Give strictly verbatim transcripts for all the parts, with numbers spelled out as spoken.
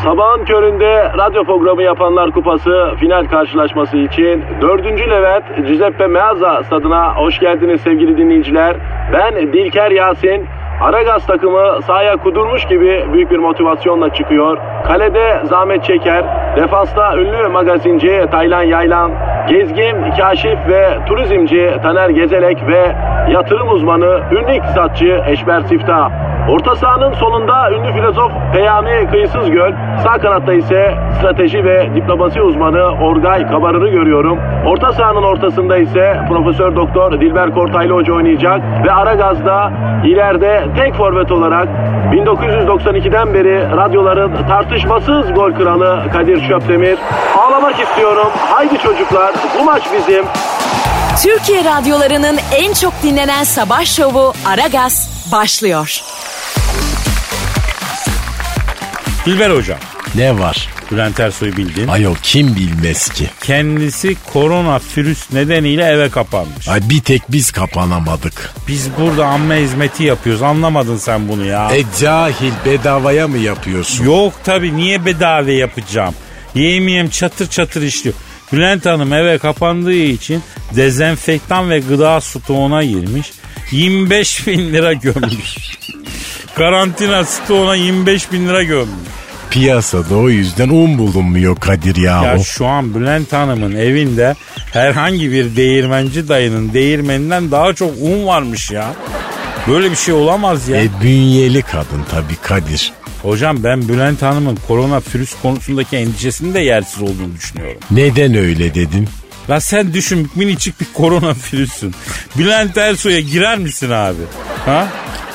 Sabahın köründe radyo programı yapanlar kupası final karşılaşması için dördüncü Levent Giuseppe Meazza stadına hoş geldiniz sevgili dinleyiciler. Ben Dilker Yasin. Aragaz takımı sahaya kudurmuş gibi büyük bir motivasyonla çıkıyor. Kalede zahmet çeker. Defansta ünlü magazinci Taylan Yaylan, gezgin, kaşif ve turizmci Taner Gezelek ve yatırım uzmanı ünlü iktisatçı Eşber Siftah. Orta sahanın solunda ünlü filozof Peyami Kıyısızgöl, sağ kanatta ise strateji ve diplomasi uzmanı Orgay Kabarır'ı görüyorum. Orta sahanın ortasında ise Profesör Doktor Dilber Kortaylı Hoca oynayacak ve Aragaz'da ileride tek forvet olarak bin dokuz yüz doksan ikiden beri radyoların tartışmasız gol kralı Kadir Şöpdemir. Ağlamak istiyorum. Haydi çocuklar, bu maç bizim. Türkiye radyolarının en çok dinlenen sabah şovu Aragaz başlıyor. Dilber hocam. Ne var? Bülent Ersoy'u bildin. Ayol kim bilmez ki? Kendisi koronavirüs nedeniyle eve kapanmış. Ay bir tek biz kapanamadık. Biz burada amme hizmeti yapıyoruz. Anlamadın sen bunu ya. E cahil, bedavaya mı yapıyorsun? Yok tabii, niye bedava yapacağım? Yemeyeyim çatır çatır işliyor. Bülent Hanım eve kapandığı için dezenfektan ve gıda stoğuna girmiş. yirmi beş bin lira gömmüş. Karantina stoğuna yirmi beş bin lira gömmüş. Piyasada o yüzden un bulunmuyor Kadir ya. Ya şu an Bülent Hanım'ın evinde herhangi bir değirmenci dayının değirmeninden daha çok un varmış ya. Böyle bir şey olamaz ya. E bünyeli kadın tabii Kadir. Hocam ben Bülent Hanım'ın koronavirüs konusundaki endişesinin de yersiz olduğunu düşünüyorum. Neden öyle dedin? La sen düşün, minicik bir koronavirüsün. Bülent Ersoy'a girer misin abi? Ha?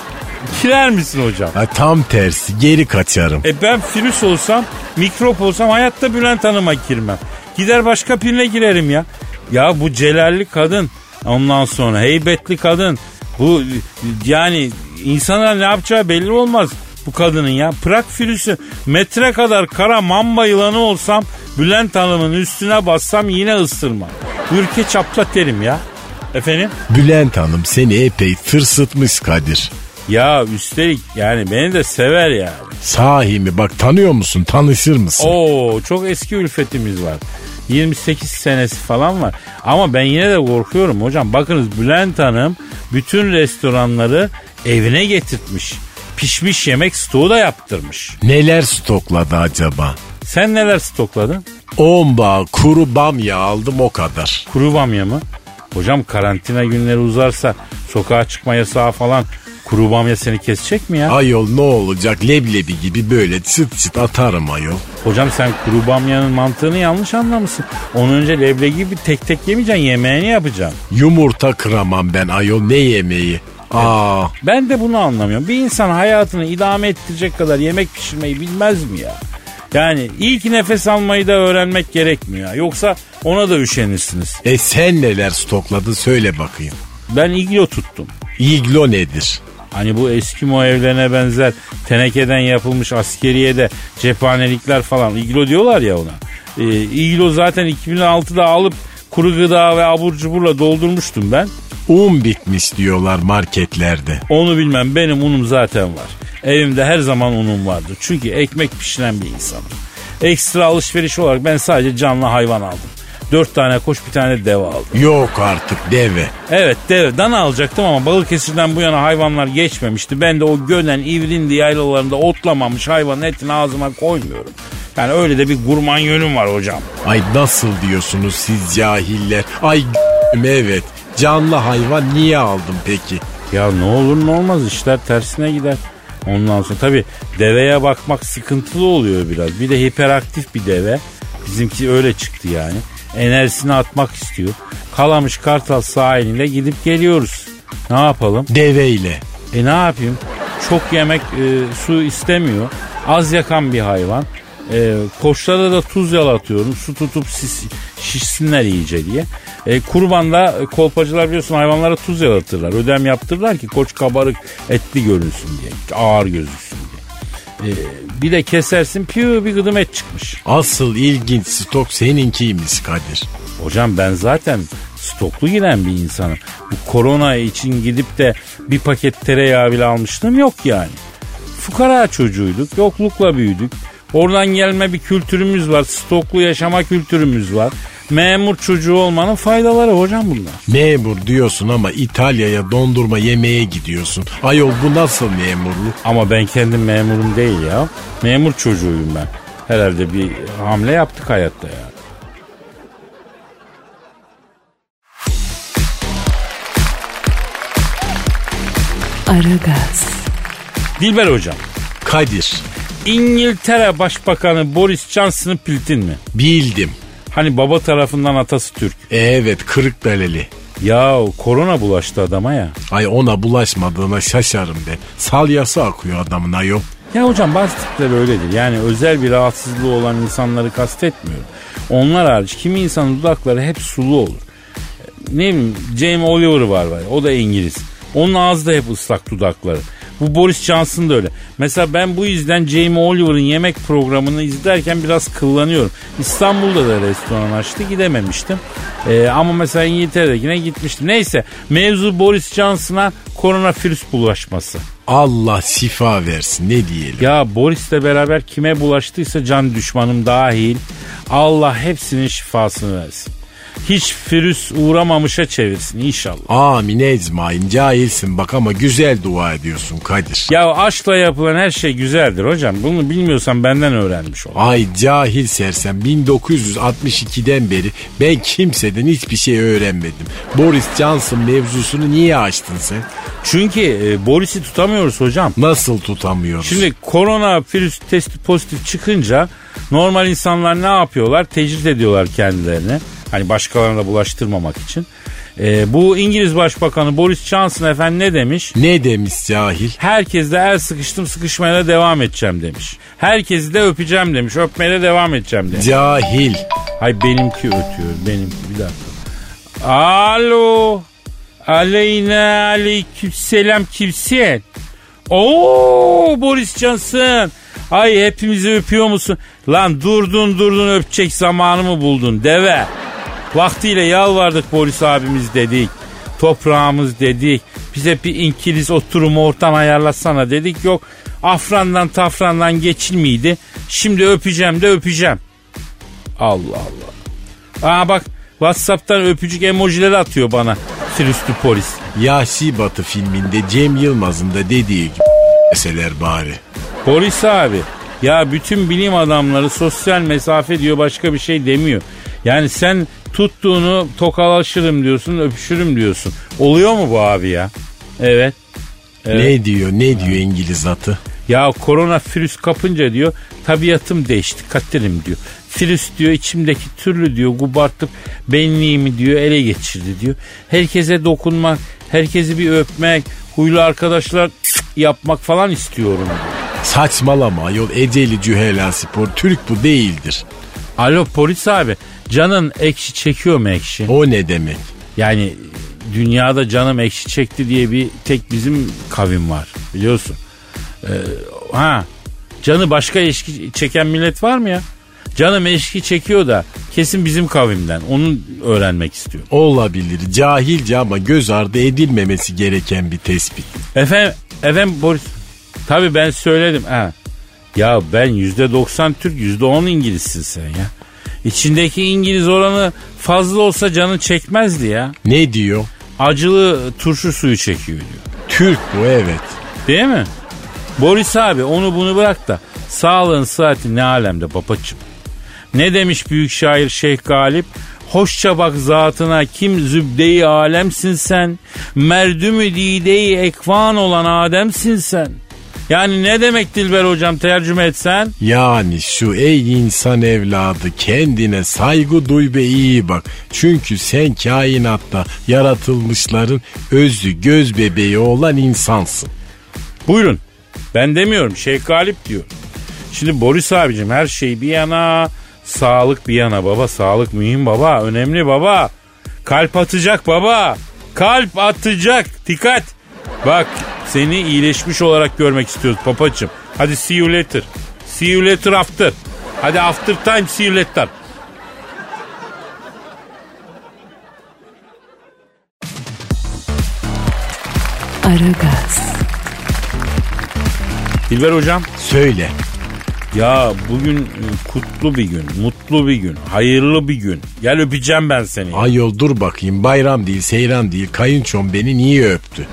Girer misin hocam? Ha, tam tersi, geri kaçarım. E ben virüs olsam, mikrop olsam hayatta Bülent Hanım'a girmem. Gider başka birine girerim ya. Ya bu celalli kadın, ondan sonra heybetli kadın. Bu yani insanlar ne yapacağı belli olmaz bu kadının ya. Bırak virüsü, metre kadar kara mamba yılanı olsam Bülent Hanım'ın üstüne bassam yine ısırmam. Ülke çaplat derim ya. Efendim? Bülent Hanım seni epey tırsıtmış Kadir. Ya üstelik yani beni de sever yani. Sahi mi? Bak tanıyor musun? Tanışır mısın? Oo, çok eski ülfetimiz var. yirmi sekiz senesi falan var. Ama ben yine de korkuyorum hocam. Bakınız Bülent Hanım bütün restoranları evine getirtmiş. Pişmiş yemek stoğu da yaptırmış. Neler stokladı acaba? Sen neler stokladın? On bağ kuru bamya aldım, o kadar. Kuru bamya mı? Hocam karantina günleri uzarsa sokağa çıkma yasağı falan, kuru bamya seni kesecek mi ya? Ayol ne olacak, leblebi gibi böyle çıt çıt atarım ayol. Hocam sen kuru bamyanın mantığını yanlış anlamışsın. Onun önce leblebi gibi tek tek yemeyeceksin, yemeğini yapacaksın. Yumurta kıramam ben ayol, ne yemeği? Aa. Ben de bunu anlamıyorum. Bir insan hayatını idame ettirecek kadar yemek pişirmeyi bilmez mi ya? Yani ilk nefes almayı da öğrenmek gerekmiyor. Yoksa ona da üşenirsiniz. E sen neler stokladın söyle bakayım. Ben iglo tuttum. İglo nedir? Hani bu Eskimo evlerine benzer tenekeden yapılmış askeriyede cephanelikler falan, iglo diyorlar ya ona. Ee, iglo zaten iki bin altıda alıp kuru gıda ve abur cuburla doldurmuştum ben. Un bitmiş diyorlar marketlerde. Onu bilmem, benim unum zaten var. Evimde her zaman unum vardır. Çünkü ekmek pişiren bir insanım. Ekstra alışveriş olarak ben sadece canlı hayvan aldım. Dört tane koç, bir tane deve aldım. Yok artık, deve. Evet, deve. Dana alacaktım ama Balıkesir'den bu yana hayvanlar geçmemişti. Ben de o Gönen, İvrindi yaylalarında otlamamış hayvanın etini ağzıma koymuyorum. Yani öyle de bir gurman yönüm var hocam. Ay nasıl diyorsunuz siz cahiller? Ay evet. Canlı hayvan niye aldın peki? Ya ne olur ne olmaz, işler tersine gider. Ondan sonra tabii deveye bakmak sıkıntılı oluyor biraz. Bir de hiperaktif bir deve. Bizimki öyle çıktı yani. Enerjisini atmak istiyor. Kalamış Kartal sahilinde gidip geliyoruz. Ne yapalım? Deveyle. E ne yapayım? Çok yemek e, su istemiyor. Az yakan bir hayvan. E, koçlara da tuz yalatıyorum. Su tutup şiş, şişsinler iyice diye. E, kurbanda e, kolpacılar biliyorsun hayvanlara tuz yalatırlar. Ödem yaptırırlar ki koç kabarık etli görünsün diye. Ağır gözüksün diye. Ee, bir de kesersin, piyo bir gıdım et çıkmış. Asıl ilginç stok seninkiymiş Kadir. Hocam ben zaten stoklu giren bir insanım. Bu korona için gidip de bir paket tereyağı bile almıştım yok yani. Fukara çocuğuyduk, yoklukla büyüdük. Oradan gelme bir kültürümüz var. Stoklu yaşama kültürümüz var. Memur çocuğu olmanın faydaları hocam bunlar. Memur diyorsun ama İtalya'ya dondurma yemeye gidiyorsun. Ayol bu nasıl memurluk? Ama ben kendim memurum değil ya. Memur çocuğuyum ben. Herhalde bir hamle yaptık hayatta ya. Aragaz. Dilber hocam. Kadir. İngiltere Başbakanı Boris Johnson'ı bildin mi? Bildim. Hani baba tarafından atası Türk. Evet, kırık beleli. Ya korona bulaştı adama ya. Ay ona bulaşmadığına şaşarım be. Salyası akıyor adamın ayol. Ya hocam bazı tipler öyledir. Yani özel bir rahatsızlığı olan insanları kastetmiyorum. Onlar hariç kimi insanın dudakları hep sulu olur. Ne bileyim Jamie Oliver var var. O da İngiliz. Onun ağzı da hep ıslak dudakları. Bu Boris Johnson da öyle. Mesela ben bu yüzden Jamie Oliver'ın yemek programını izlerken biraz kıllanıyorum. İstanbul'da da restoran açtı, gidememiştim. Ee, ama mesela İngiltere'dekine gitmiştim. Neyse, mevzu Boris Johnson'a koronavirüs bulaşması. Allah şifa versin, ne diyelim. Ya Boris'le beraber kime bulaştıysa can düşmanım dahil Allah hepsinin şifasını versin. Hiç virüs uğramamışa çevirsin inşallah. Amin ecmain, cahilsin bak ama güzel dua ediyorsun Kadir. Ya aşkla yapılan her şey güzeldir hocam. Bunu bilmiyorsan benden öğrenmiş ol. Ay cahil sersem, bin dokuz yüz altmış ikiden beri ben kimseden hiçbir şey öğrenmedim. Boris Johnson mevzusunu niye açtın sen? Çünkü e, Boris'i tutamıyoruz hocam. Nasıl tutamıyoruz? Şimdi korona virüs testi pozitif çıkınca normal insanlar ne yapıyorlar? Tecrit ediyorlar kendilerini. Hani başkalarına da bulaştırmamak için. Ee, bu İngiliz Başbakanı Boris Johnson efendim ne demiş? Ne demiş cahil? Herkesle el sıkıştım, sıkışmaya da devam edeceğim demiş. Herkesi de öpeceğim demiş, öpmeye de devam edeceğim demiş. Cahil. Hay benimki ötüyor, benimki bir dakika. Alo. Aleyna aleykümselam kimsin? Oo Boris Johnson. Ay hepimizi öpüyor musun? Lan durdun durdun öpecek zamanı mı buldun deve? Vaktiyle yalvardık Boris abimiz dedik. Toprağımız dedik. Bize bir İngiliz oturumu ortam ayarlasana dedik. Yok afrandan tafrandan geçilmiydi. Şimdi öpeceğim de öpeceğim. Allah Allah. Aa bak WhatsApp'tan öpücük emojileri atıyor bana. Sürüstü polis. Yahşi Batı filminde Cem Yılmaz'ın da dediği gibi meseler bari. Boris abi ya bütün bilim adamları sosyal mesafe diyor, başka bir şey demiyor. Yani sen tuttuğunu tokalaşırım diyorsun, öpüşürüm diyorsun. Oluyor mu bu abi ya? Evet. evet. Ne diyor ne diyor İngiliz atı? Ya koronavirüs kapınca diyor tabiatım değişti Kadir'im diyor. Virüs diyor içimdeki türlü diyor gubartıp benliğimi diyor ele geçirdi diyor. Herkese dokunmak, herkesi bir öpmek, huylu arkadaşlar yapmak falan istiyorum diyor. Saçmalama ayol, Eceli Cühela Spor Türk bu değildir. Alo polis abi, canın ekşi çekiyor mu ekşi? O ne demek? Yani dünyada canım ekşi çekti diye bir tek bizim kavim var biliyorsun. Ee, ha canı başka eşki çeken millet var mı ya? Canım eşki çekiyor da kesin bizim kavimden. Onu öğrenmek istiyor. Olabilir. Cahilce ama göz ardı edilmemesi gereken bir tespit. Efendim, efendim Boris. Tabii ben söyledim. Ha. Ya ben yüzde doksan Türk, yüzde on İngilizsin sen ya. İçindeki İngiliz oranı fazla olsa canı çekmezdi ya. Ne diyor? Acılı turşu suyu çekiyor diyor. Türk bu, evet. Değil mi? Boris abi onu bunu bırak da sağlığın sıhhatin ne alemde babacığım. Ne demiş büyük şair Şeyh Galip? Hoşça bak zatına kim zübde-i alemsin sen. Merdüm-ü dide-i ekvan olan Adem'sin sen. Yani ne demek Dilber hocam, tercüme etsen? Yani şu ey insan evladı, kendine saygı duy ve iyi bak. Çünkü sen kainatta yaratılmışların özü göz bebeği olan insansın. Buyurun. Ben demiyorum, Şeyh Galip diyor. Şimdi Boris abicim her şey bir yana, sağlık bir yana baba. Sağlık mühim baba, önemli baba. Kalp atacak baba. Kalp atacak. Dikkat. Bak seni iyileşmiş olarak görmek istiyoruz papacığım. Hadi see you later. See you later after. Hadi after time see you later. Aragaz. Dilber hocam. Söyle. Ya bugün kutlu bir gün, mutlu bir gün, hayırlı bir gün. Gel öpeceğim ben seni. Ayol dur bakayım, bayram değil seyran değil, kayınçom beni niye öptü?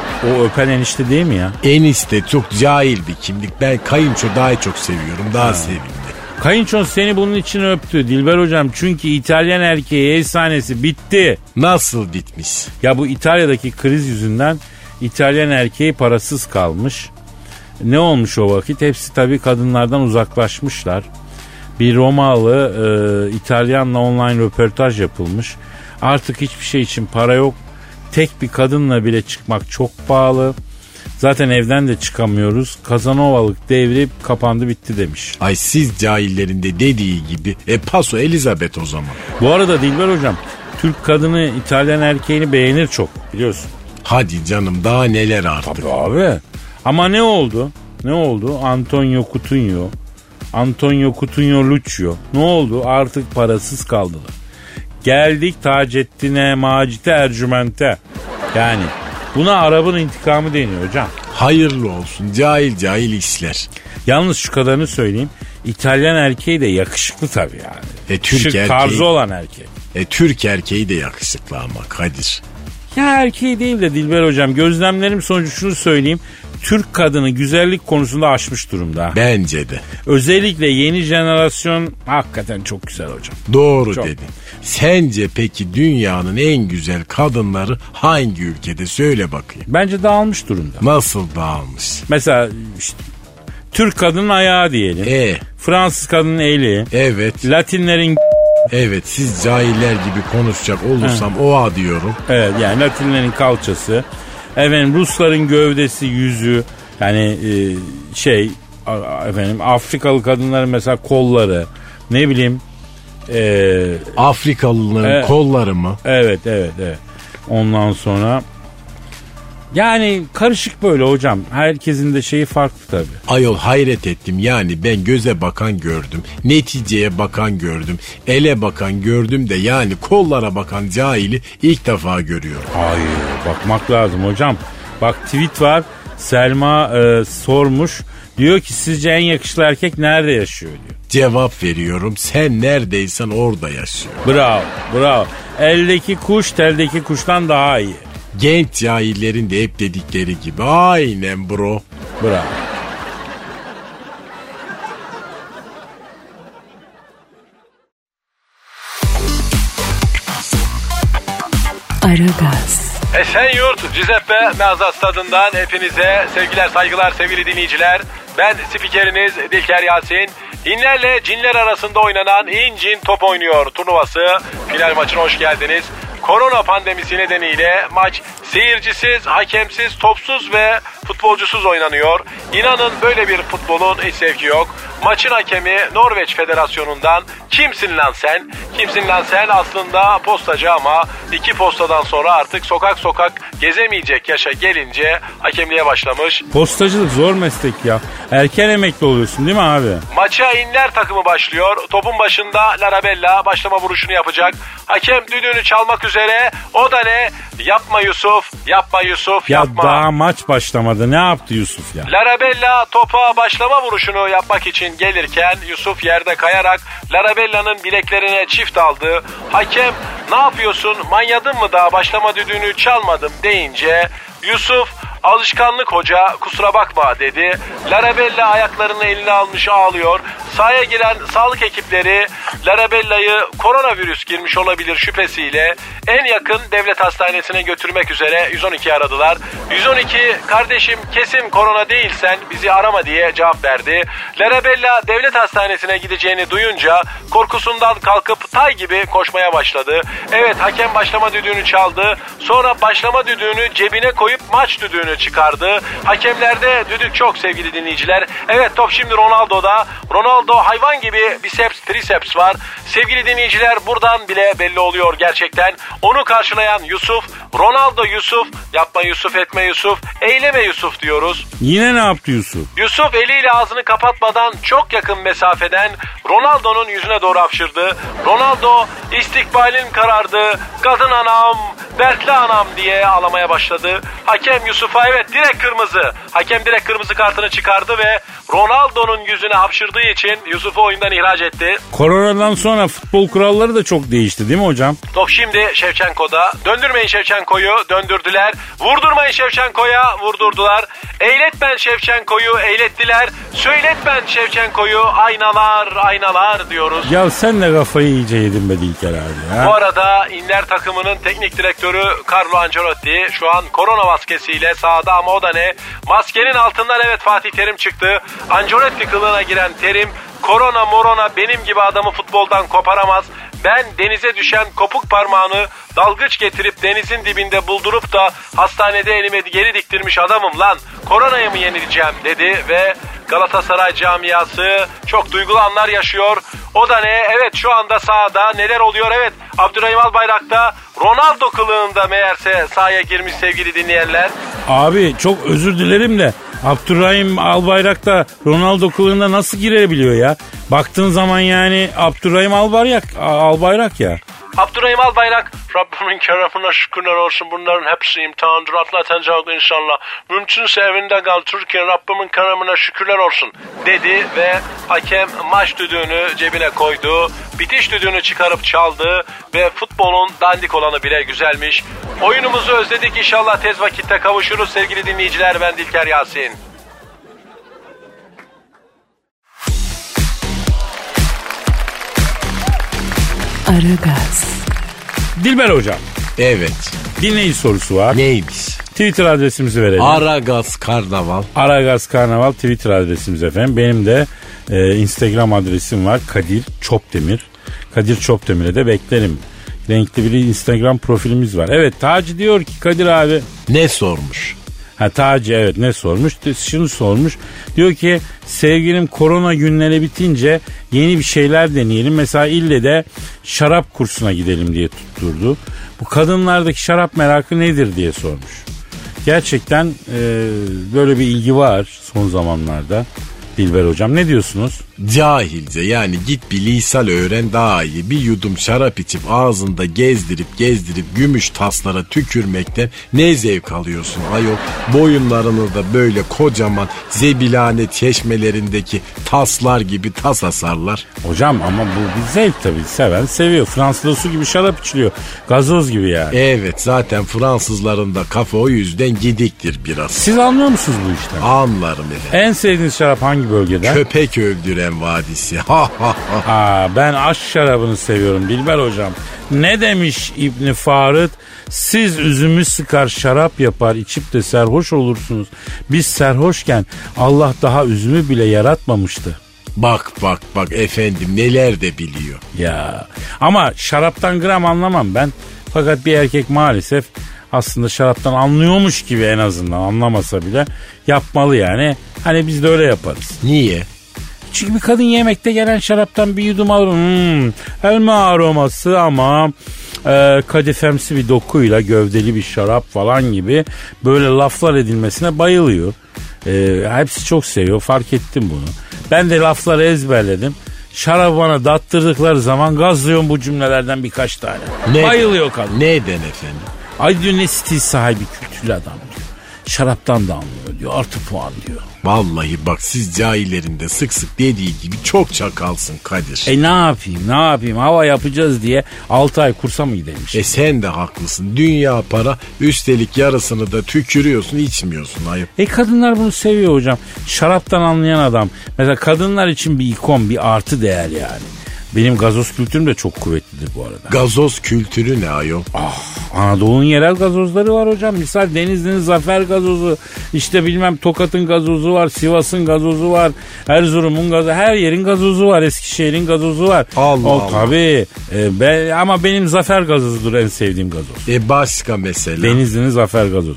O öpen enişte değil mi ya? Enişte çok cahil bir kimlik, ben kayınço daha çok seviyorum, daha ha. sevimli. Kayınçon seni bunun için öptü Dilber hocam, çünkü İtalyan erkeği efsanesi bitti. Nasıl bitmiş? Ya bu İtalya'daki kriz yüzünden İtalyan erkeği parasız kalmış. Ne olmuş o vakit? Hepsi tabii kadınlardan uzaklaşmışlar. Bir Romalı e, İtalyanla online röportaj yapılmış. Artık hiçbir şey için para yok. Tek bir kadınla bile çıkmak çok pahalı. Zaten evden de çıkamıyoruz. Kazanovalık devrip kapandı bitti demiş. Ay siz cahillerin de dediği gibi. E paso Elizabeth o zaman. Bu arada Dilber hocam, Türk kadını İtalyan erkeğini beğenir çok, biliyorsun. Hadi canım, daha neler artık. Tabii abi. Ama ne oldu? Ne oldu? Antonio Coutinho, Antonio Coutinho Lucio. Ne oldu? Artık parasız kaldılar. Geldik Taceddin'e, Macit'e, Ercüment'e. Yani buna Arap'ın intikamı deniyor hocam. Hayırlı olsun, cahil cahil işler. Yalnız şu kadarını söyleyeyim. İtalyan erkeği de yakışıklı tabii yani. E, Türk Şık erkeği, tarzı olan erkek. E Türk erkeği de yakışıklı ama Kadir. Ya erkeği değil de Dilber hocam, gözlemlerim sonucu şunu söyleyeyim. Türk kadını güzellik konusunda aşmış durumda. Bence de. Özellikle yeni jenerasyon hakikaten çok güzel hocam. Doğru çok. dedin. Sence peki dünyanın en güzel kadınları hangi ülkede, söyle bakayım. Bence dağılmış durumda. Nasıl dağılmış? Mesela işte Türk kadının ayağı diyelim. E. Fransız kadının eli. Evet. Latinlerin Evet, siz cahiller gibi konuşacak olursam ha. oha diyorum. Evet, yani Latinlerin kalçası. Efendim Rusların gövdesi, yüzü. Yani e, şey efendim Afrikalı kadınların mesela kolları. Ne bileyim. E, Afrikalıların e, kolları mı? Evet, evet, evet. Ondan sonra yani karışık böyle hocam. Herkesin de şeyi farklı tabii. Ayol hayret ettim, yani ben göze bakan gördüm. Neticeye bakan gördüm. Ele bakan gördüm de yani kollara bakan cahili ilk defa görüyorum. Hayır, bakmak lazım hocam. Bak tweet var. Selma e, sormuş. Diyor ki sizce en yakışıklı erkek nerede yaşıyor diyor. Cevap veriyorum, sen neredeysen orada yaşıyor. Bravo, bravo. Eldeki kuş teldeki kuştan daha iyi. Genç cahillerin de hep dedikleri gibi. Aynen bro. Bravo. Aragaz. Esenyurt Giuseppe Meazza stadından hepinize sevgiler saygılar sevgili dinleyiciler. Ben spikeriniz Dilker Yasin. İnlerle cinler arasında oynanan İncin Top Oynuyor turnuvası final maçına hoş geldiniz. Korona pandemisi nedeniyle maç seyircisiz, hakemsiz, topsuz ve futbolcusuz oynanıyor. İnanın böyle bir futbolun hiç zevki yok. Maçın hakemi Norveç Federasyonu'ndan kimsin lan sen? Kimsin lan sen aslında postacı ama iki postadan sonra artık sokak sokak gezemeyecek yaşa gelince hakemliğe başlamış. Postacılık zor meslek ya. Erken emekli oluyorsun değil mi abi? Maça İnler takımı başlıyor. Topun başında Larabella başlama vuruşunu yapacak. Hakem düdüğünü çalmak üzere. O da ne? Yapma Yusuf, yapma Yusuf, ya yapma. Ya daha maç başlamadı. Ne yaptı Yusuf ya? Larabella topa başlama vuruşunu yapmak için gelirken Yusuf yerde kayarak Larabella'nın bileklerine çift aldı. Hakem ne yapıyorsun, manyadın mı daha başlama düdüğünü çalmadım deyince Yusuf alışkanlık hoca kusura bakma dedi. Larabella ayaklarını eline almış ağlıyor. Sahaya giren sağlık ekipleri Larabella'yı koronavirüs girmiş olabilir şüphesiyle en yakın devlet hastanesine götürmek üzere yüz on iki aradılar. yüz on iki kardeşim kesin korona değilsen bizi arama diye cevap verdi. Larabella devlet hastanesine gideceğini duyunca korkusundan kalkıp tay gibi koşmaya başladı. Evet, hakem başlama düdüğünü çaldı. Sonra başlama düdüğünü cebine koyup maç düdüğünü çıkardı. Hakemlerde düdük çok sevgili dinleyiciler. Evet, top şimdi Ronaldo'da. Ronaldo hayvan gibi biceps triceps var. Sevgili dinleyiciler, buradan bile belli oluyor gerçekten. Onu karşılayan Yusuf, Ronaldo Yusuf, yapma Yusuf, etme Yusuf, eyleme Yusuf diyoruz. Yine ne yaptı Yusuf? Yusuf eliyle ağzını kapatmadan çok yakın mesafeden Ronaldo'nun yüzüne doğru hapşırdı. Ronaldo istikbalin karardı, kadın anam, dertli anam diye ağlamaya başladı. Hakem Yusuf'a evet direkt kırmızı. Hakem direkt kırmızı kartını çıkardı ve Ronaldo'nun yüzüne hapşırdığı için Yusuf'u oyundan ihraç etti. Koronadan sonra futbol kuralları da çok değişti değil mi hocam? Top şimdi Şevçenko'da. Döndürmeyin Şevçenko'yu, döndürdüler. Vurdurmayın Şevçenko'ya, vurdurdular. Eğletmen Şevçenko'yu, eğlettiler. Söyletmen Şevçenko'yu, aynalar, aynalar diyoruz. Ya sen de kafayı iyice yedin be Dilker abi ya. Bu arada İnler takımının teknik direktörü Carlo Ancelotti şu an korona maskesiyle sahada ama o da ne? Maskenin altından evet Fatih Terim çıktı. Ancelotti kılığına giren Terim, korona morona benim gibi adamı futboldan koparamaz. Ben denize düşen kopuk parmağını dalgıç getirip denizin dibinde buldurup da hastanede elime geri diktirmiş adamım lan. Koronaya mı yenileceğim dedi ve Galatasaray camiası çok duygulu anlar yaşıyor. O da ne? Evet şu anda sahada neler oluyor? Evet Abdurrahim Albayrak'ta Ronaldo kılığında meğerse sahaya girmiş sevgili dinleyenler. Abi çok özür dilerim de Abdurrahim Albayrak da Ronaldo kılığında nasıl girebiliyor ya? Baktığın zaman yani Abdurrahim Albayrak, Albayrak ya. Abdurrahim Albayrak, Rabbimin keremine şükürler olsun, bunların hepsi imtihandır, atlatacak inşallah. Mümkünse evinde kal Türkiye, Rabbimin keremine şükürler olsun dedi ve hakem maç düdüğünü cebine koydu. Bitiş düdüğünü çıkarıp çaldı ve futbolun dandik olanı bile güzelmiş. Oyunumuzu özledik, inşallah tez vakitte kavuşuruz sevgili dinleyiciler. Ben Dilker Yasin. Aragaz. Dilber hocam. Evet. Dinleyici sorusu var. Neymiş? Twitter adresimizi verelim. Aragaz Karnaval. Aragaz Karnaval Twitter adresimiz efendim. Benim de e, Instagram adresim var. Kadir Çopdemir. Kadir Çopdemir'e de beklerim. Renkli bir Instagram profilimiz var. Evet Taci diyor ki Kadir abi. Ne sormuş? Ha Taci evet ne sormuş? Şunu sormuş. Diyor ki sevgilim korona günleri bitince yeni bir şeyler deneyelim. Mesela ille de şarap kursuna gidelim diye tutturdu. Bu kadınlardaki şarap merakı nedir diye sormuş. Gerçekten e, böyle bir ilgi var son zamanlarda. Dilber hocam ne diyorsunuz? Cahilce yani git bir lisan öğren daha iyi. Bir yudum şarap içip ağzında gezdirip gezdirip gümüş taslara tükürmekten ne zevk alıyorsun ayol? Boyunlarını da böyle kocaman zebilane çeşmelerindeki taslar gibi tas asarlar. Hocam ama bu bir zevk tabii. Seven seviyor. Fransızda su gibi şarap içiliyor. Gazoz gibi yani. Evet zaten Fransızların da kafa o yüzden gidiktir biraz. Siz anlıyor musunuz bu işten? Anlarım efendim. En sevdiğiniz şarap hangi bölgeden? Köpek öldüren vadisi. Ha ha ha. Aa, ben aşk şarabını seviyorum Dilber hocam. Ne demiş İbni Farıd? Siz üzümü sıkar şarap yapar içip de serhoş olursunuz. Biz serhoşken Allah daha üzümü bile yaratmamıştı. Bak bak bak efendim neler de biliyor. Ya ama şaraptan gram anlamam ben. Fakat bir erkek maalesef aslında şaraptan anlıyormuş gibi en azından anlamasa bile yapmalı yani. Hani biz de öyle yaparız. Niye? Çünkü bir kadın yemekte gelen şaraptan bir yudum alır. Hmm, elma aroması ama e, kadifemsi bir dokuyla gövdeli bir şarap falan gibi böyle laflar edilmesine bayılıyor. E, hepsi çok seviyor, fark ettim bunu. Ben de lafları ezberledim. Şarabı bana dattırdıkları zaman gazlıyorum bu cümlelerden birkaç tane. Neden? Bayılıyor kadın. Neden efendim? Ay diyor ne stil sahibi kültürlü adam diyor. Şaraptan da anlıyor diyor, artı puan diyor. Vallahi bak siz cahillerin de sık sık dediği gibi çok çakalsın Kadir. E ne yapayım ne yapayım hava yapacağız diye altı ay kursa mı gidelim işte? E sen de haklısın. Dünya para, üstelik yarısını da tükürüyorsun, içmiyorsun ayıp. E kadınlar bunu seviyor hocam. Şaraptan anlayan adam. Mesela kadınlar için bir ikon, bir artı değer yani. Benim gazoz kültürüm de çok kuvvetlidir bu arada. Gazoz kültürü ne ayol? Ah, Anadolu'nun yerel gazozları var hocam. Misal Denizli'nin Zafer gazozu, işte bilmem Tokat'ın gazozu var, Sivas'ın gazozu var, Erzurum'un gazozu, her yerin gazozu var, Eskişehir'in gazozu var. Allah o, Allah. Tabii. E, be, ama benim Zafer gazozudur en sevdiğim gazoz. E başka mesela? Denizli'nin Zafer gazozu.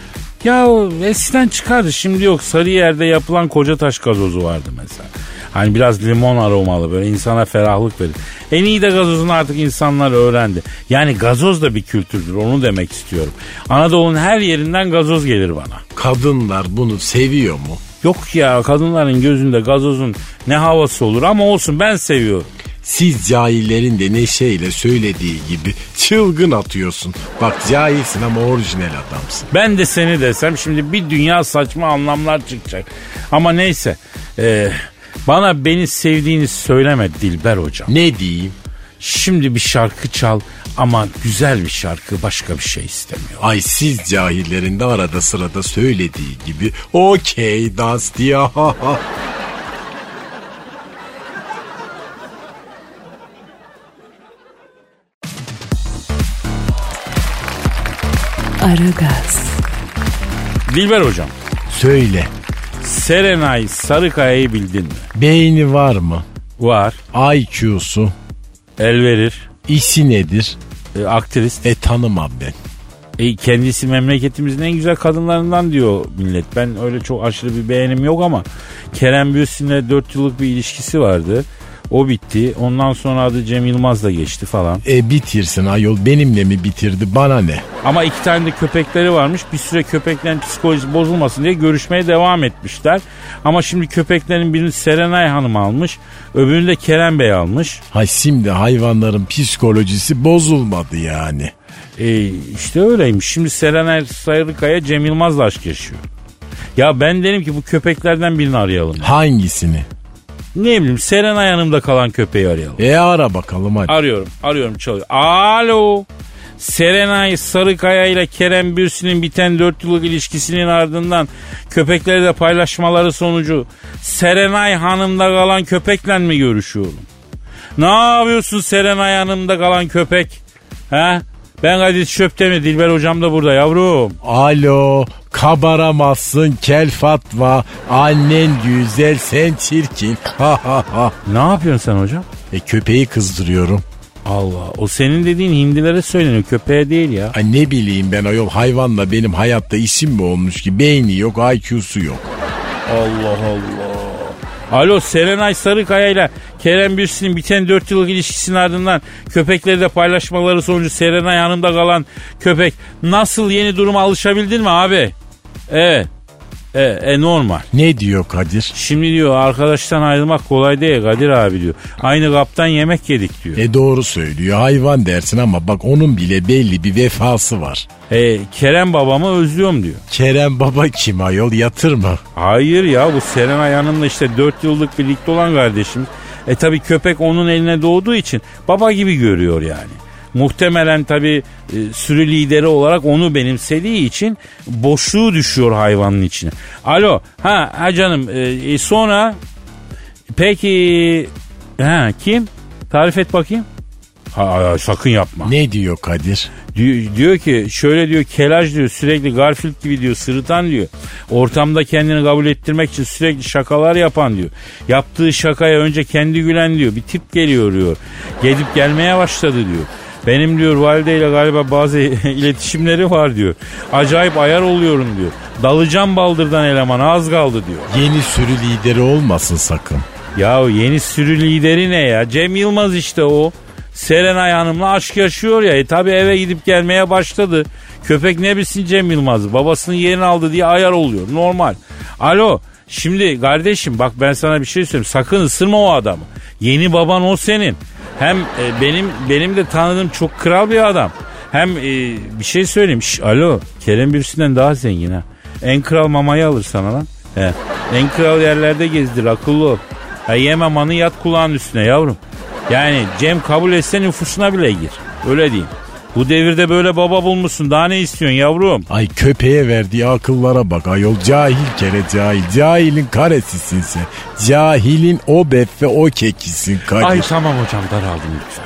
Ya eskiden çıkardı, şimdi yok. Sarıyer'de yapılan Kocataş gazozu vardı mesela. Hani biraz limon aromalı, böyle insana ferahlık verir. En iyi de gazozunu artık insanlar öğrendi. Yani gazoz da bir kültürdür, onu demek istiyorum. Anadolu'nun her yerinden gazoz gelir bana. Kadınlar bunu seviyor mu? Yok ya, kadınların gözünde gazozun ne havası olur ama olsun, ben seviyorum. Siz cahillerin de neşeyle söylediği gibi çılgın atıyorsun. Bak cahilsin ama orijinal adamsın. Ben de seni desem şimdi bir dünya saçma anlamlar çıkacak. Ama neyse. Ee, bana beni sevdiğini söyleme Dilber hocam. Ne diyeyim? Şimdi bir şarkı çal ama güzel bir şarkı, başka bir şey istemiyor. Ay siz cahillerin de arada sırada söylediği gibi okey dans diye. Aragaz. Dilber hocam. Söyle. Serenay Sarıkaya'yı bildin mi? Beyni var mı? Var. I Q'su? El verir. İşi nedir? E, aktrist. E tanımam ben. E, kendisi memleketimizin en güzel kadınlarından diyor millet. Ben öyle çok aşırı bir beğenim yok ama Kerem Bürsin'le dört yıllık bir ilişkisi vardı. O bitti. Ondan sonra adı Cem Yılmaz'la geçti falan. E bitirsin ayol, benimle mi bitirdi, bana ne? Ama iki tane de köpekleri varmış. Bir süre köpeklerin psikolojisi bozulmasın diye görüşmeye devam etmişler. Ama şimdi köpeklerin birini Serenay Hanım almış. Öbürünü de Kerem Bey almış. Ha şimdi hayvanların psikolojisi bozulmadı yani. E işte öyleymiş. Şimdi Serenay Sarıkaya Cem Yılmaz'la aşk yaşıyor. Ya ben derim ki bu köpeklerden birini arayalım. Hangisini? Ne bileyim, Serenay Hanım'da kalan köpeği arayalım. E ara bakalım hadi. Arıyorum, arıyorum, çalıyor. Alo. Serenay Sarıkaya ile Kerem Bürsin'in biten dört yıllık ilişkisinin ardından köpekleri de paylaşmaları sonucu Serenay Hanım'da kalan köpekle mi görüşüyorum? Ne yapıyorsun Serenay Hanım'da kalan köpek? Ha? Ben Kadir Çöptemir, Dilber hocam da burada yavrum. Alo, kabaramazsın kel Fatma, annen güzel sen çirkin. Ha ha ha. Ne yapıyorsun sen hocam? E köpeği kızdırıyorum. Allah, o senin dediğin hindilere söyleniyor, köpeğe değil ya. Ay ne bileyim ben ayol, hayvanla benim hayatta işim mi olmuş ki, beyni yok, I Q'su yok. Allah Allah. Alo, Serenay Sarıkaya ile Kerem Bürsin'in biten dört yıllık ilişkisinin ardından köpekleri de paylaşmaları sonucu Serenay Hanım'da kalan köpek, nasıl, yeni duruma alışabildin mi abi? Evet. E, e normal. Ne diyor Kadir? Şimdi diyor arkadaştan ayrılmak kolay değil Kadir abi diyor. Aynı kaptan yemek yedik diyor. E doğru söylüyor, hayvan dersin ama bak onun bile belli bir vefası var. E, Kerem babamı özlüyorum diyor. Kerem baba kim ayol, yatır mı? Hayır ya, bu Serenay Hanım'la işte dört yıllık birlikte olan kardeşimiz. E tabi köpek onun eline doğduğu için baba gibi görüyor yani. Muhtemelen tabi e, sürü lideri olarak onu benimsediği için boşluğu düşüyor hayvanın içine. Alo, ha, ha canım, e, sonra peki ha kim? Tarif et bakayım. Ha, sakın yapma. Ne diyor Kadir? Diyor, diyor ki şöyle diyor, kelaj diyor, sürekli Garfield gibi diyor, sırıtan diyor. Ortamda kendini kabul ettirmek için sürekli şakalar yapan diyor. Yaptığı şakaya önce kendi gülen diyor bir tip geliyor diyor. Gelip gelmeye başladı diyor. Benim diyor valideyle galiba bazı iletişimleri var diyor. Acayip ayar oluyorum diyor. Dalacağım baldırdan elemana, az kaldı diyor. Yeni sürü lideri olmasın sakın. Ya yeni sürü lideri ne ya? Cem Yılmaz işte o. Serenay Hanım'la aşk yaşıyor ya. E tabi eve gidip gelmeye başladı. Köpek ne bilsin Cem Yılmaz'ı? Babasının yerini aldı diye ayar oluyor. Normal. Alo. Şimdi kardeşim bak, ben sana bir şey söyleyeyim. Sakın ısırma o adamı. Yeni baban o senin. Hem e, benim benim de tanıdığım çok kral bir adam. Hem e, bir şey söyleyeyim. Şş, alo. Kerem Bürsin'den daha zengin ha. En kral mamayı alır sana lan. He. En kral yerlerde gezdir, akıllı ol. Ha, yeme manı, yat kulağın üstüne yavrum. Yani Cem kabul etse nüfusuna bile gir. Öyle diyeyim. Bu devirde böyle baba bulmuşsun. Daha ne istiyorsun yavrum? Ay köpeğe verdiği akıllara bak ayol. Cahil kere cahil. Cahilin karesisin sen. Cahilin o bef ve o kekisin Kadir. Ay tamam hocam, daraldım lütfen.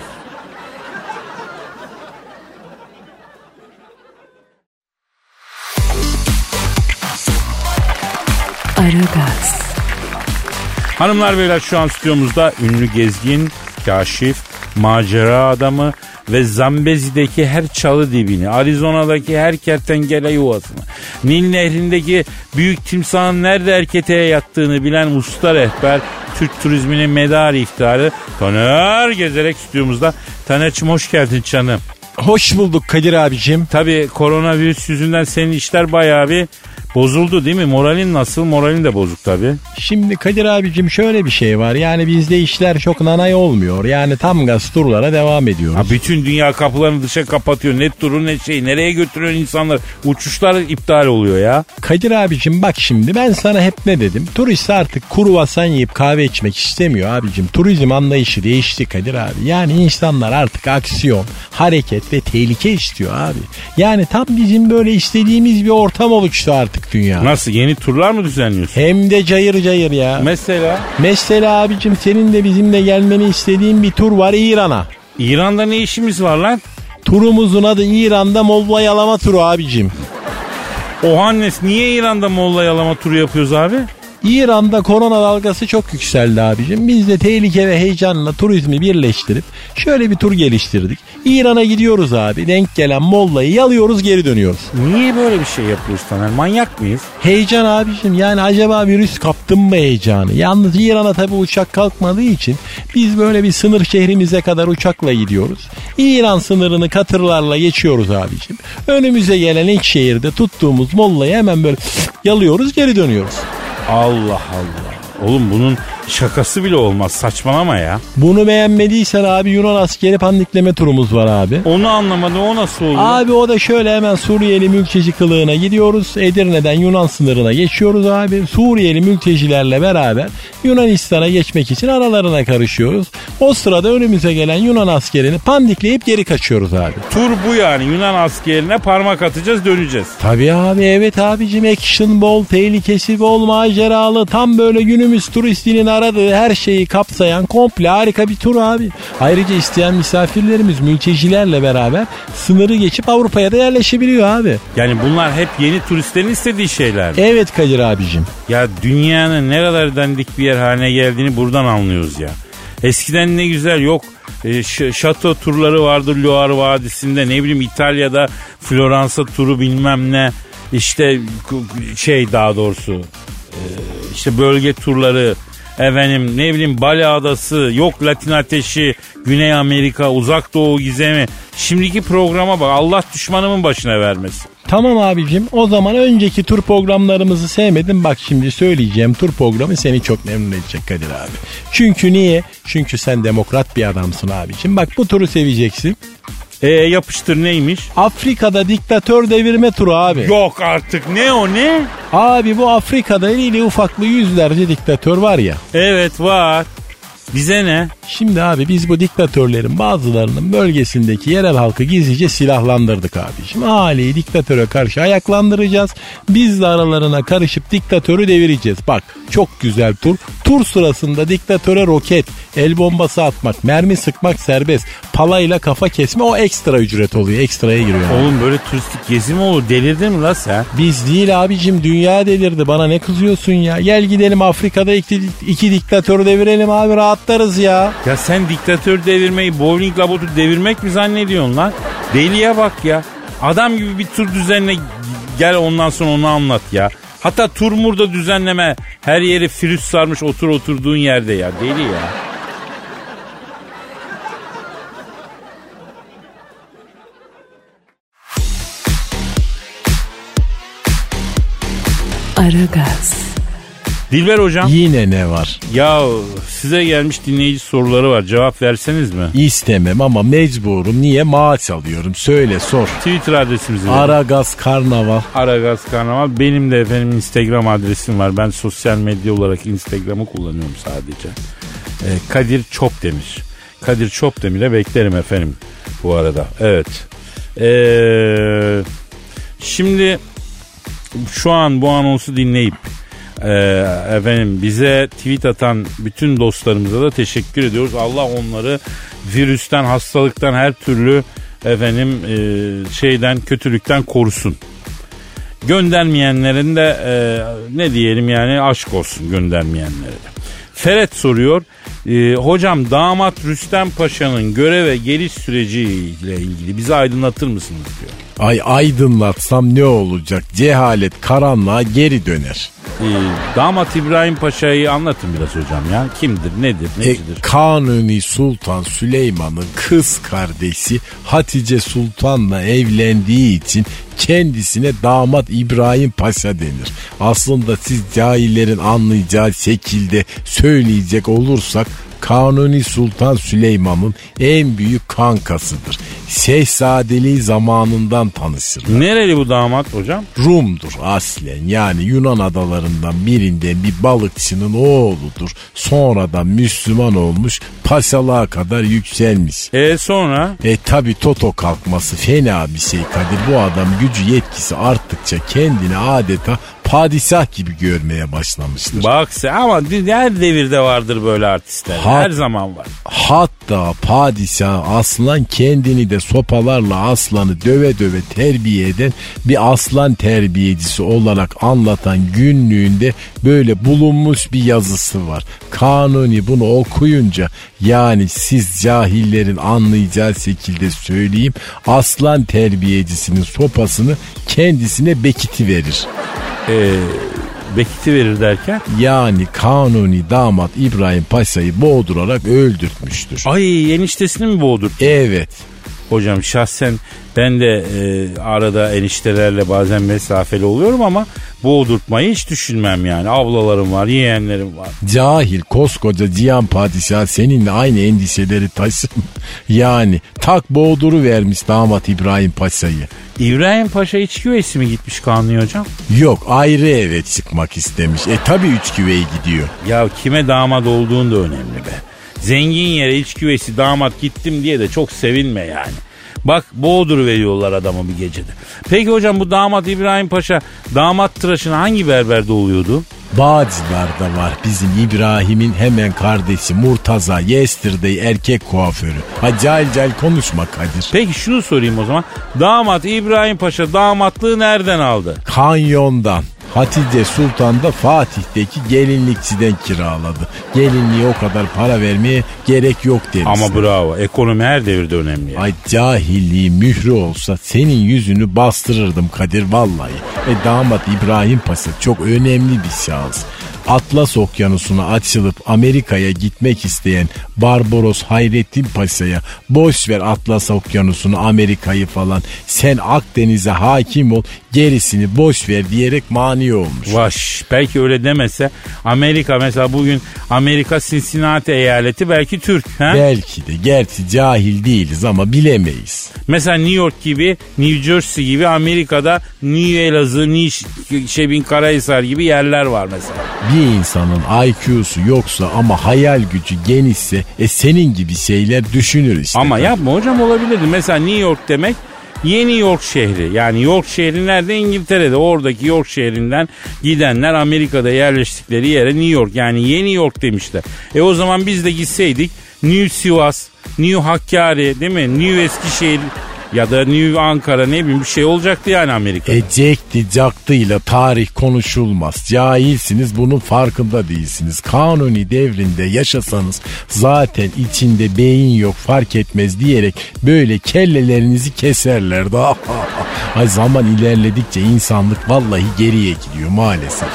Aragaz. Hanımlar beyler, şu an stüdyomuzda ünlü gezgin, kaşif, macera adamı ve Zambezi'deki her çalı dibini, Arizona'daki her kertenkele yuvasını, Nil Nehri'ndeki büyük timsahın nerede erketeğe yattığını bilen usta rehber, Türk turizminin medarı iftiharı Taner gezerek stüdyomuzda. Taner'cim hoş geldin canım. Hoş bulduk Kadir abicim. Tabii koronavirüs yüzünden senin işler bayağı bir Bozuldu değil mi? Moralin nasıl? Moralin de bozuk tabii. Şimdi Kadir abicim şöyle bir şey var. Yani bizde işler çok nanay olmuyor. Yani tam gaz turlara devam ediyoruz. Ha, bütün dünya kapılarını dışa kapatıyor. Ne turu ne şey. Nereye götürüyor insanlar? Uçuşlar iptal oluyor ya. Kadir abicim bak şimdi ben sana hep ne dedim? Turist artık kruvasan yiyip kahve içmek istemiyor abicim. Turizm anlayışı değişti Kadir abi. Yani insanlar artık aksiyon, hareket ve tehlike istiyor abi. Yani tam bizim böyle istediğimiz bir ortam oluştu artık dünya. Nasıl? Yeni turlar mı düzenliyorsun? Hem de cayır cayır ya. Mesela? Mesela abicim senin de bizimle gelmeni istediğin bir tur var İran'a. İran'da ne işimiz var lan? Turumuzun adı İran'da Molla Yalama turu abicim. Ohannes niye İran'da Molla Yalama turu yapıyoruz abi? İran'da korona dalgası çok yükseldi abicim. Biz de tehlike ve heyecanla turizmi birleştirip şöyle bir tur geliştirdik. İran'a gidiyoruz abi. Denk gelen mollayı yalıyoruz, geri dönüyoruz. Niye böyle bir şey yapıyoruz Taner? Manyak mıyız? Heyecan abicim. Yani acaba virüs kaptım mı heyecanı? Yalnız İran'a tabii uçak kalkmadığı için biz böyle bir sınır şehrimize kadar uçakla gidiyoruz. İran sınırını katırlarla geçiyoruz abicim. Önümüze gelen ilk şehirde tuttuğumuz mollayı hemen böyle yalıyoruz, geri dönüyoruz. Allah Allah. Oğlum bunun şakası bile olmaz. Saçmalama ya. Bunu beğenmediysen abi Yunan askeri pandikleme turumuz var abi. Onu anlamadım. O nasıl oluyor? Abi o da şöyle hemen Suriyeli mülteci kılığına gidiyoruz. Edirne'den Yunan sınırına geçiyoruz abi. Suriyeli mültecilerle beraber Yunanistan'a geçmek için aralarına karışıyoruz. O sırada önümüze gelen Yunan askerini pandikleyip geri kaçıyoruz abi. Tur bu yani. Yunan askerine parmak atacağız, döneceğiz. Tabii abi, evet abicim, action bol, tehlikesi bol, maceralı, tam böyle günümüz turistinin aradığı her şeyi kapsayan komple harika bir tur abi. Ayrıca isteyen misafirlerimiz mültecilerle beraber sınırı geçip Avrupa'ya da yerleşebiliyor abi. Yani bunlar hep yeni turistlerin istediği şeyler mi? Evet Kadir abicim. Ya dünyanın ne kadar dandik bir yer haline geldiğini buradan anlıyoruz ya. Eskiden ne güzel yok e, ş- şato turları vardır Loire Vadisi'nde, ne bileyim İtalya'da Floransa turu bilmem ne, işte şey daha doğrusu e, işte bölge turları, efendim ne bileyim Bali Adası, yok Latin Ateşi, Güney Amerika, Uzak Doğu gizemi. Şimdiki programa bak, Allah düşmanımın başına vermesin. Tamam abicim, o zaman önceki tur programlarımızı sevmedin, bak şimdi söyleyeceğim tur programı seni çok memnun edecek Kadir abi. Çünkü niye? Çünkü sen demokrat bir adamsın abicim. Bak bu turu seveceksin. E yapıştır, neymiş? Afrika'da diktatör devirme turu abi. Yok artık, ne o ne? Abi bu Afrika'da iri ufaklı yüzlerce diktatör var ya. Evet var. Bize ne? Şimdi abi biz bu diktatörlerin bazılarının bölgesindeki yerel halkı gizlice silahlandırdık abiciğim. Aileyi diktatöre karşı ayaklandıracağız. Biz de aralarına karışıp diktatörü devireceğiz. Bak çok güzel tur. Tur sırasında diktatöre roket, el bombası atmak, mermi sıkmak serbest. Palayla kafa kesme o ekstra ücret oluyor. Ekstraya giriyor. Oğlum böyle turistik gezi mi olur? Delirdin mi la sen? Biz değil abicim, dünya delirdi. Bana ne kızıyorsun ya? Gel gidelim Afrika'da iki, iki diktatörü devirelim abi, rahatlarız ya. Ya sen diktatör devirmeyi bowling labotu devirmek mi zannediyorsun lan? Deliye bak ya. Adam gibi bir tur düzenle, gel ondan sonra onu anlat ya. Hatta tur murda düzenleme, her yeri virüs sarmış, otur oturduğun yerde ya. Deli ya. Aragaz. Dilber hocam. Yine ne var? Ya size gelmiş dinleyici soruları var. Cevap verseniz mi? İstemem ama mecburum. Niye? Maaş alıyorum. Söyle, sor. Twitter adresimizi verin. Aragaz Karnaval. Aragaz Karnaval. Benim de efendim Instagram adresim var. Ben sosyal medya olarak Instagram'ı kullanıyorum sadece. Ee, Kadir Çopdemir. Kadir Çopdemir'e beklerim efendim bu arada. Evet. Ee, şimdi şu an bu anonsu dinleyip Ee, efendim bize tweet atan bütün dostlarımıza da teşekkür ediyoruz. Allah onları virüsten, hastalıktan, her türlü efendim e, şeyden, kötülükten korusun. Göndermeyenlerin de e, ne diyelim yani, aşk olsun göndermeyenlere de. Ferhat soruyor. E, hocam damat Rüstem Paşa'nın göreve geliş süreciyle ilgili bizi aydınlatır mısınız diyor. Ay aydınlatsam ne olacak? Cehalet karanlığa geri döner. Ee, damat İbrahim Paşa'yı anlatın biraz hocam ya. Kimdir, nedir, necidir? E, Kanuni Sultan Süleyman'ın kız kardeşi Hatice Sultan'la evlendiği için kendisine damat İbrahim Paşa denir. Aslında siz cahillerin anlayacağı şekilde söyleyecek olursak Kanuni Sultan Süleyman'ın en büyük kankasıdır. Şehzadeliği zamanından tanışırlar. Nereli bu damat hocam? Rum'dur aslen, yani Yunan adalarından birinden bir balıkçının oğludur. Sonradan Müslüman olmuş, paşalığa kadar yükselmiş. E sonra? E tabi Toto kalkması fena bir şey Kadir. Bu adam gücü yetkisi arttıkça kendini adeta padişah gibi görmeye başlamıştır. Bak sen, ama her devirde vardır böyle artistler. Hat, her zaman var. Hatta padişah aslan kendini de sopalarla aslanı döve döve terbiye eden bir aslan terbiyecisi olarak anlatan günlüğünde böyle bulunmuş bir yazısı var. Kanuni bunu okuyunca, yani siz cahillerin anlayacağı şekilde söyleyeyim, aslan terbiyecisinin sopasını kendisine bekiti verir. Eee... Bekiti verir derken? Yani Kanuni damat İbrahim Paşa'yı boğdurarak öldürtmüştür. Ay, eniştesini mi boğdur? Evet. Hocam şahsen ben de e, arada eniştelerle bazen mesafeli oluyorum ama boğdurtmayı hiç düşünmem yani. Ablalarım var, yeğenlerim var. Cahil koskoca Cihan Padişah seninle aynı endişeleri taşır mı? Yani tak boğduru vermiş damat İbrahim Paşa'yı. İbrahim Paşa iç güveysi mi gitmiş Kanuni hocam? Yok, ayrı eve çıkmak istemiş. E tabi üç güveye gidiyor. Ya kime damat olduğun da önemli be. Zengin yere iç güveysi damat gittim diye de çok sevinme yani. Bak boğdur veriyorlar adamı bir gecede. Peki hocam, bu damat İbrahim Paşa damat tıraşını hangi berberde oluyordu? Bağcılar'da var bizim İbrahim'in hemen kardeşi Murtaza, yesterday erkek kuaförü. Ha cahil cahil konuşma Kadir. Peki şunu sorayım o zaman. Damat İbrahim Paşa damatlığı nereden aldı? Kanyondan. Hatice Sultan da Fatih'teki gelinlikçiden kiraladı. Gelinliğe o kadar para vermeye gerek yok demiş. Ama bravo, ekonomi her devirde önemli. Yani. Ay cahilliği mührü olsa senin yüzünü bastırırdım Kadir vallahi. E damat İbrahim Paşa çok önemli bir şahıs. Atlas Okyanusu'na açılıp Amerika'ya gitmek isteyen Barbaros Hayrettin Paşa'ya boş ver Atlas Okyanusu'nu, Amerika'yı falan, sen Akdeniz'e hakim ol, gerisini boş ver diyerek mani olmuş. Vaş, belki öyle demese Amerika mesela bugün Amerika Cincinnati eyaleti belki Türk. He? Belki de, gerçi cahil değiliz ama bilemeyiz. Mesela New York gibi, New Jersey gibi, Amerika'da New Elazığ, New Şebin Karahisar gibi yerler var mesela. Bir insanın I Q'su yoksa ama hayal gücü genişse e senin gibi şeyler düşünür işte. Ama yapma hocam, olabilirdi. Mesela New York demek Yeni York şehri. Yani York şehri nerede? İngiltere'de. Oradaki York şehrinden gidenler Amerika'da yerleştikleri yere New York, yani Yeni York demişler. E o zaman biz de gitseydik New Sivas, New Hakkari, değil mi? New Eskişehir ya da New Ankara, ne bileyim bir şey olacaktı yani Amerika'da. Ecekti caktıyla tarih konuşulmaz. Cahilsiniz, bunun farkında değilsiniz. Kanuni devrinde yaşasanız zaten içinde beyin yok, fark etmez diyerek böyle kellelerinizi keserlerdi. Ay zaman ilerledikçe insanlık vallahi geriye gidiyor maalesef.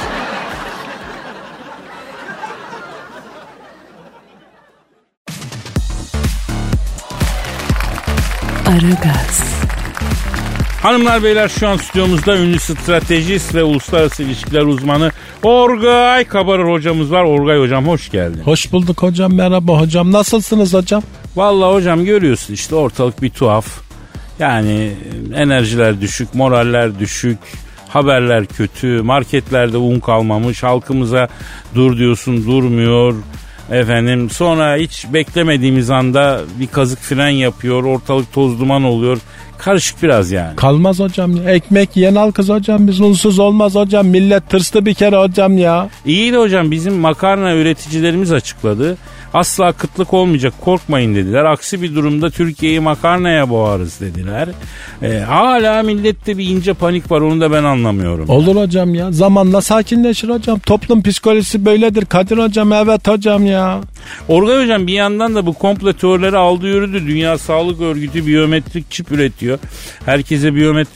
Aragaz. Hanımlar beyler, şu an stüdyomuzda ünlü stratejist ve uluslararası ilişkiler uzmanı Orgay Kabarır hocamız var. Orgay hocam hoş geldin. Hoş bulduk hocam, merhaba hocam, nasılsınız hocam? Vallahi hocam görüyorsun işte, ortalık bir tuhaf. Yani enerjiler düşük, moraller düşük, haberler kötü, marketlerde un kalmamış, halkımıza dur diyorsun durmuyor. Efendim sonra hiç beklemediğimiz anda bir kazık fren yapıyor, ortalık toz duman oluyor. Karışık biraz yani. Kalmaz hocam ya. Ekmek yiyen halkız hocam. Biz unsuz olmaz hocam. Millet tırstı bir kere hocam ya. İyi de hocam bizim makarna üreticilerimiz açıkladı. Asla kıtlık olmayacak, korkmayın dediler. Aksi bir durumda Türkiye'yi makarnaya boğarız dediler. Ee, hala millette bir ince panik var, onu da ben anlamıyorum. Olur yani. Hocam ya. Zamanla sakinleşir hocam. Toplum psikolojisi böyledir Kadir hocam. Evet hocam ya. Orgay hocam bir yandan da bu komplo teorileri aldı yürüdü. Dünya Sağlık Örgütü biyometrik çip üretiyor. Herkese biyometrik çip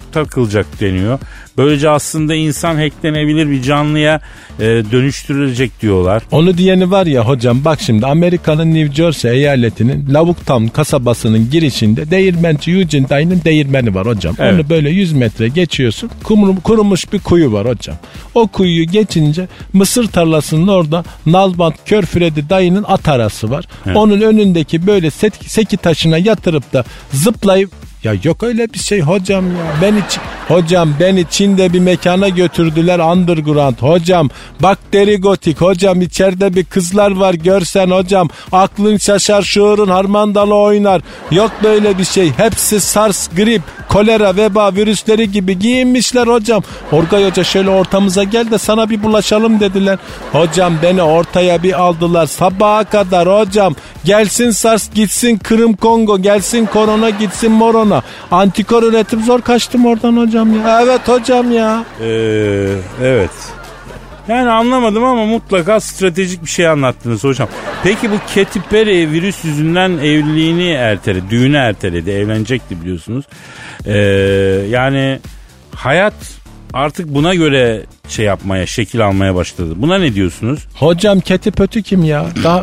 takılacak deniyor. Böylece aslında insan hacklenebilir bir canlıya e, dönüştürülecek diyorlar. Onu diyeni var ya hocam, bak şimdi Amerika'nın New Jersey eyaletinin Lavuktown kasabasının girişinde değirmenci Eugene dayının değirmeni var hocam. Evet. Onu böyle yüz metre geçiyorsun, kum, kurumuş bir kuyu var hocam. O kuyuyu geçince mısır tarlasının orada Nalbant Kör Freddy dayının at arası var. Evet. Onun önündeki böyle seki taşına yatırıp da zıplayıp, ya yok öyle bir şey hocam ya. Beni hocam beni Çin'de bir mekana götürdüler, underground hocam. Bakteri gotik hocam, içeride bir kızlar var, görsen hocam aklın şaşar, şuurun harmandalı oynar. Yok böyle bir şey. Hepsi SARS, grip, kolera, veba virüsleri gibi giyinmişler hocam. Orgay Hoca şöyle ortamıza gel de sana bir bulaşalım dediler. Hocam beni ortaya bir aldılar sabaha kadar hocam. Gelsin SARS, gitsin Kırım Kongo, gelsin korona, gitsin morona. Antikor üretim zor, kaçtım oradan hocam ya. Evet hocam ya. Ee, evet. Yani anlamadım ama mutlaka stratejik bir şey anlattınız hocam. Peki bu Katy Perry virüs yüzünden evliliğini erteledi, düğünü erteledi, evlenecekti biliyorsunuz. Ee, yani hayat artık buna göre şey yapmaya, şekil almaya başladı. Buna ne diyorsunuz? Hocam Katy Pötü kim ya? Daha...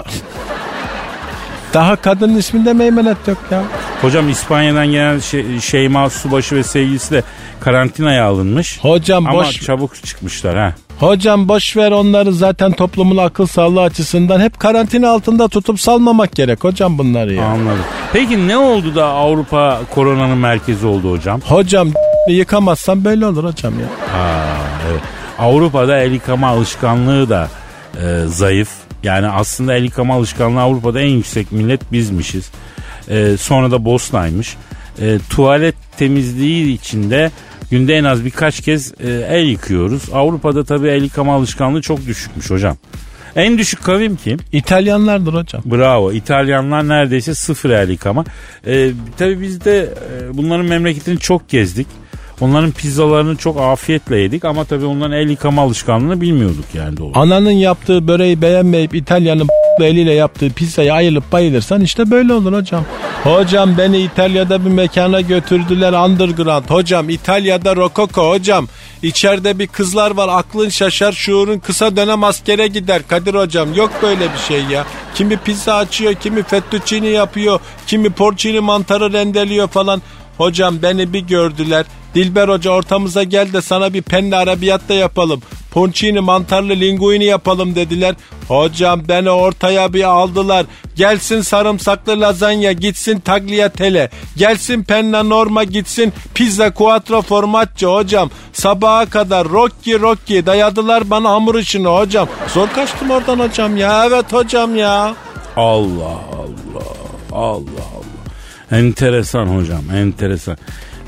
Daha kadının isminde meymenet yok ya. Hocam İspanya'dan gelen şey, Şeyma Subaşı ve sevgilisi de karantinaya alınmış. Hocam ama boş... çabuk çıkmışlar ha. Hocam boş ver onları, zaten toplumun akıl sağlığı açısından hep karantina altında tutup salmamak gerek hocam bunları ya. Anladım. Peki ne oldu da Avrupa koronanın merkezi oldu hocam? Hocam yıkamazsan böyle olur hocam ya. Ha, evet. Avrupa'da el yıkama alışkanlığı da e, zayıf. Yani aslında el yıkama alışkanlığı Avrupa'da en yüksek millet bizmişiz. Ee, sonra da Bosna'ymış. Ee, tuvalet temizliği içinde günde en az birkaç kez e, el yıkıyoruz. Avrupa'da tabii el yıkama alışkanlığı çok düşükmüş hocam. En düşük kavim kim? İtalyanlardır hocam. Bravo. İtalyanlar neredeyse sıfır el yıkama. Ee, tabii biz de e, bunların memleketini çok gezdik. Onların pizzalarını çok afiyetle yedik ama tabii onların el yıkama alışkanlığını bilmiyorduk yani doğru. Ananın yaptığı böreği beğenmeyip İtalya'nın eliyle yaptığı pizzayı ayılıp bayılırsan işte böyle olur hocam. Hocam beni İtalya'da bir mekana götürdüler, underground. Hocam İtalya'da rokoko hocam. İçeride bir kızlar var, aklın şaşar, şuurun kısa dönem askere gider Kadir hocam. Yok böyle bir şey ya. Kimi pizza açıyor, kimi fettuccine yapıyor, kimi porcini mantarı rendeliyor falan. Hocam beni bir gördüler. Dilber Hoca ortamıza gel de sana bir penne arabiyat da yapalım. Porcini mantarlı linguini yapalım dediler. Hocam beni ortaya bir aldılar. Gelsin sarımsaklı lazanya, gitsin tagliatelle. Gelsin penna norma, gitsin pizza quattro formaggi hocam. Sabaha kadar Rocky Rocky dayadılar bana hamur işini hocam. Zor kaçtım oradan hocam ya. Evet hocam ya. Allah Allah. Allah Allah. Enteresan hocam, enteresan.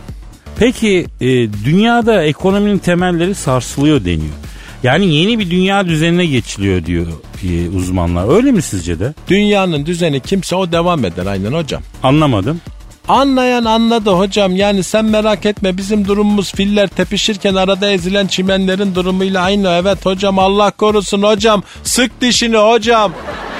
Peki e, dünyada ekonominin temelleri sarsılıyor deniyor. Yani yeni bir dünya düzenine geçiliyor diyor e, uzmanlar. Öyle mi sizce de? Dünyanın düzeni kimse o devam eder aynen hocam. Anlamadım. Anlayan anladı hocam. Yani sen merak etme, bizim durumumuz filler tepişirken arada ezilen çimenlerin durumuyla aynı. Evet hocam, Allah korusun hocam. Sık dişini hocam.